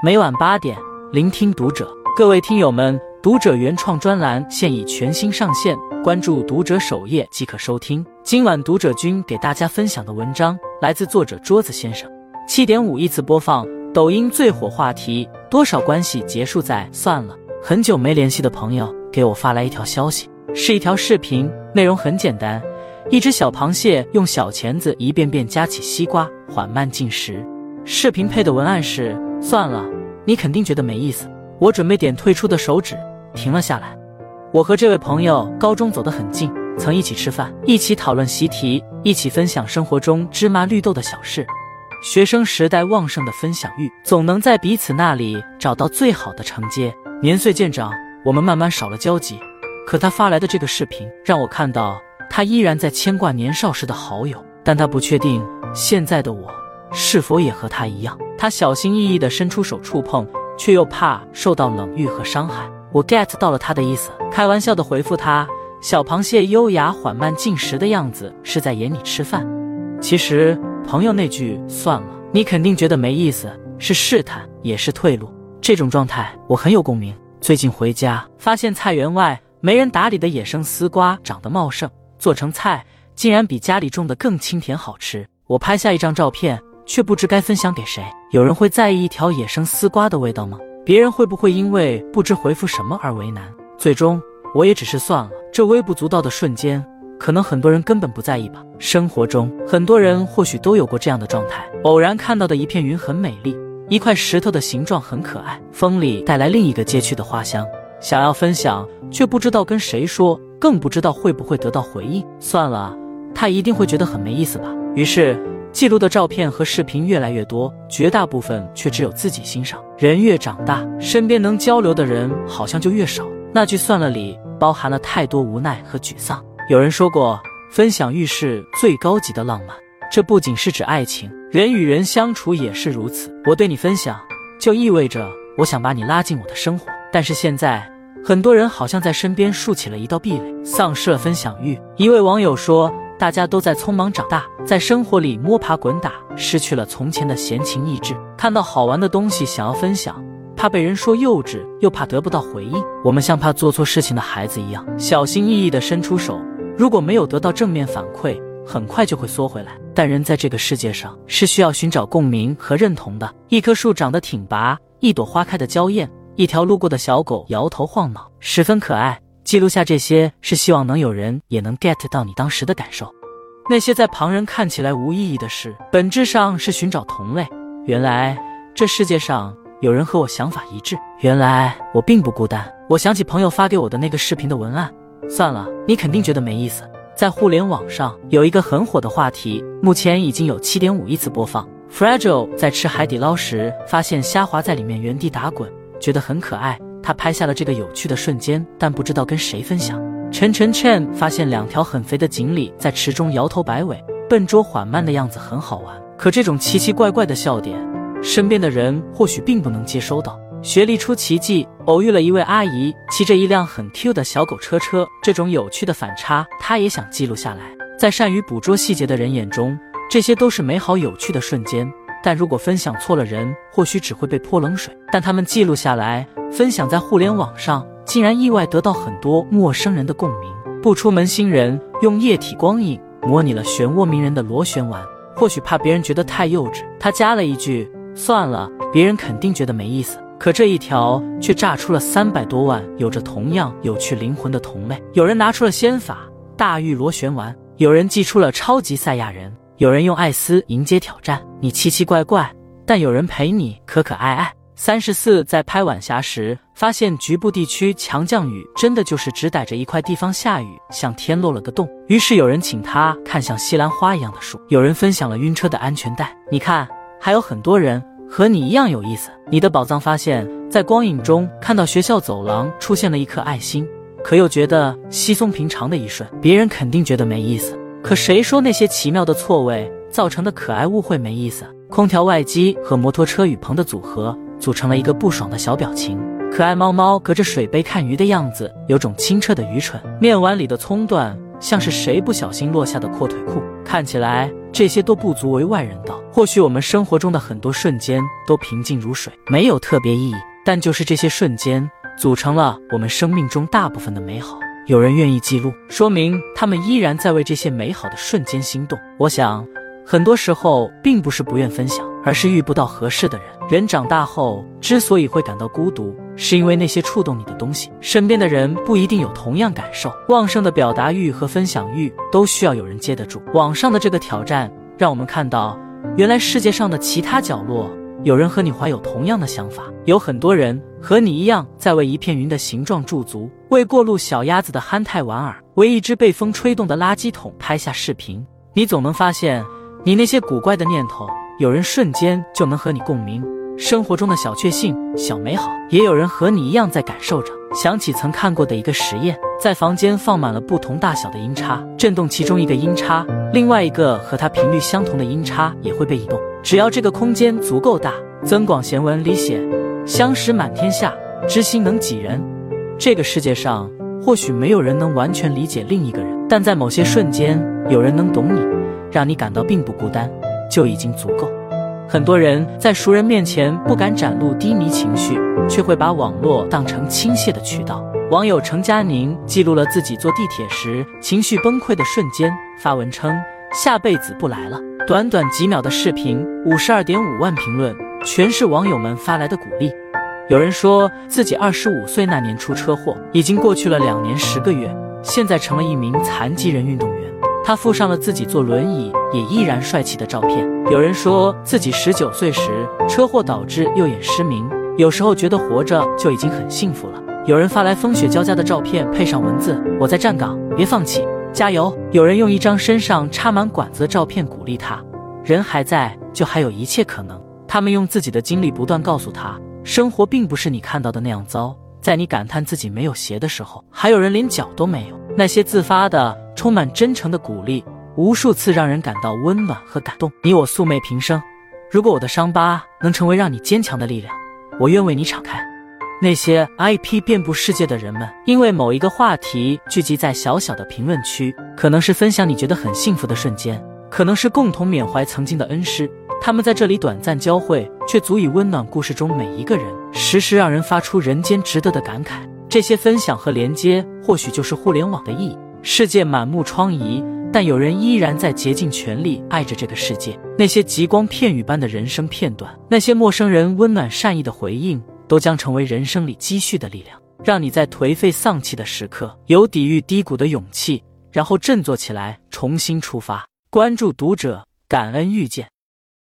每晚8点，聆听读者。各位听友们，读者原创专栏现已全新上线，关注读者首页即可收听。今晚读者君给大家分享的文章来自作者桌子先生。7.5亿次播放，抖音最火话题，多少关系结束在算了。很久没联系的朋友给我发来一条消息，是一条视频，内容很简单，一只小螃蟹用小钳子一遍遍夹起西瓜，缓慢进食。视频配的文案是：算了，你肯定觉得没意思。我准备点退出的手指停了下来。我和这位朋友高中走得很近，曾一起吃饭，一起讨论习题，一起分享生活中芝麻绿豆的小事。学生时代旺盛的分享欲，总能在彼此那里找到最好的承接。年岁渐长，我们慢慢少了交集，可他发来的这个视频让我看到他依然在牵挂年少时的好友，但他不确定现在的我是否也和他一样。他小心翼翼地伸出手触碰，却又怕受到冷遇和伤害。我 get 到了他的意思，开玩笑地回复他，小螃蟹优雅缓慢进食的样子是在演你吃饭。其实朋友那句算了，你肯定觉得没意思，是试探也是退路。这种状态我很有共鸣。最近回家发现菜园外没人打理的野生丝瓜长得茂盛，做成菜竟然比家里种的更清甜好吃。我拍下一张照片，却不知该分享给谁。有人会在意一条野生丝瓜的味道吗？别人会不会因为不知回复什么而为难？最终我也只是算了，这微不足道的瞬间可能很多人根本不在意吧。生活中很多人或许都有过这样的状态，偶然看到的一片云很美丽，一块石头的形状很可爱，风里带来另一个街区的花香，想要分享却不知道跟谁说，更不知道会不会得到回应。算了，他一定会觉得很没意思吧。于是记录的照片和视频越来越多，绝大部分却只有自己欣赏。人越长大，身边能交流的人好像就越少。那句算了里包含了太多无奈和沮丧。有人说过，分享欲是最高级的浪漫，这不仅是指爱情，人与人相处也是如此。我对你分享，就意味着我想把你拉进我的生活。但是现在很多人好像在身边竖起了一道壁垒，丧失了分享欲。一位网友说，大家都在匆忙长大，在生活里摸爬滚打，失去了从前的闲情逸致。看到好玩的东西想要分享，怕被人说幼稚，又怕得不到回应。我们像怕做错事情的孩子一样，小心翼翼地伸出手，如果没有得到正面反馈，很快就会缩回来。但人在这个世界上是需要寻找共鸣和认同的。一棵树长得挺拔，一朵花开的娇艳，一条路过的小狗摇头晃脑，十分可爱。记录下这些，是希望能有人也能 get 到你当时的感受。那些在旁人看起来无意义的事，本质上是寻找同类。原来这世界上有人和我想法一致，原来我并不孤单。我想起朋友发给我的那个视频的文案，算了，你肯定觉得没意思。在互联网上有一个很火的话题，目前已经有 7.5亿次播放。Fragile 在吃海底捞时发现虾滑在里面原地打滚，觉得很可爱，他拍下了这个有趣的瞬间，但不知道跟谁分享。陈Chen发现2条很肥的锦鲤在池中摇头摆尾，笨拙缓慢的样子很好玩，可这种奇奇怪怪的笑点，身边的人或许并不能接收到。学历出奇迹，偶遇了一位阿姨，骑着一辆很 Q 的小狗车，这种有趣的反差，他也想记录下来。在善于捕捉细节的人眼中，这些都是美好有趣的瞬间，但如果分享错了人，或许只会被泼冷水。但他们记录下来，分享在互联网上，竟然意外得到很多陌生人的共鸣。不出门新人用液体光影模拟了漩涡鸣人的螺旋丸，或许怕别人觉得太幼稚，他加了一句算了，别人肯定觉得没意思。可这一条却炸出了300多万有着同样有趣灵魂的同类。有人拿出了仙法大玉螺旋丸，有人祭出了超级赛亚人，有人用艾斯迎接挑战。你奇奇怪怪，但有人陪你可可爱爱。34在拍晚霞时发现局部地区强降雨真的就是只逮着一块地方下雨，像天漏了个洞。于是有人请他看像西兰花一样的树，有人分享了晕车的安全带。你看，还有很多人和你一样有意思。你的宝藏发现，在光影中看到学校走廊出现了一颗爱心，可又觉得稀松平常的一瞬，别人肯定觉得没意思。可谁说那些奇妙的错位造成的可爱误会没意思？空调外机和摩托车雨棚的组合组成了一个不爽的小表情。可爱猫猫隔着水杯看鱼的样子，有种清澈的愚蠢。面碗里的葱段像是谁不小心落下的阔腿裤。看起来这些都不足为外人道。或许我们生活中的很多瞬间都平静如水，没有特别意义，但就是这些瞬间组成了我们生命中大部分的美好。有人愿意记录，说明他们依然在为这些美好的瞬间心动。我想很多时候并不是不愿分享，而是遇不到合适的人。人长大后之所以会感到孤独，是因为那些触动你的东西，身边的人不一定有同样感受。旺盛的表达欲和分享欲都需要有人接得住。网上的这个挑战让我们看到，原来世界上的其他角落有人和你怀有同样的想法，有很多人和你一样在为一片云的形状驻足，为过路小鸭子的憨态莞尔，为一只被风吹动的垃圾桶拍下视频。你总能发现，你那些古怪的念头，有人瞬间就能和你共鸣。生活中的小确幸、小美好，也有人和你一样在感受着。想起曾看过的一个实验，在房间放满了不同大小的音叉，震动其中一个音叉，另外一个和它频率相同的音叉也会被移动。只要这个空间足够大，增广贤文里写：相识满天下，知心能几人。这个世界上或许没有人能完全理解另一个人，但在某些瞬间，有人能懂你，让你感到并不孤单，就已经足够。很多人在熟人面前不敢展露低迷情绪，却会把网络当成倾泻的渠道。网友程佳宁记录了自己坐地铁时情绪崩溃的瞬间，发文称下辈子不来了。短短几秒的视频，52.5万评论，全是网友们发来的鼓励。有人说自己25岁那年出车祸，已经过去了2年10个月，现在成了一名残疾人运动员。他附上了自己坐轮椅也依然帅气的照片。有人说自己19岁时车祸导致右眼失明，有时候觉得活着就已经很幸福了。有人发来风雪交加的照片，配上文字：我在站岗，别放弃，加油。有人用一张身上插满管子的照片鼓励他：人还在，就还有一切可能。他们用自己的经历不断告诉他，生活并不是你看到的那样糟。在你感叹自己没有鞋的时候，还有人连脚都没有。那些自发的充满真诚的鼓励，无数次让人感到温暖和感动。你我素昧平生，如果我的伤疤能成为让你坚强的力量，我愿为你敞开。那些 IP 遍布世界的人们，因为某一个话题聚集在小小的评论区，可能是分享你觉得很幸福的瞬间，可能是共同缅怀曾经的恩师。他们在这里短暂交汇，却足以温暖故事中每一个人，时时让人发出人间值得的感慨。这些分享和连接，或许就是互联网的意义。世界满目疮痍，但有人依然在竭尽全力爱着这个世界。那些极光片语般的人生片段，那些陌生人温暖善意的回应，都将成为人生里积蓄的力量，让你在颓废丧气的时刻有抵御低谷的勇气，然后振作起来，重新出发。关注读者，感恩遇见。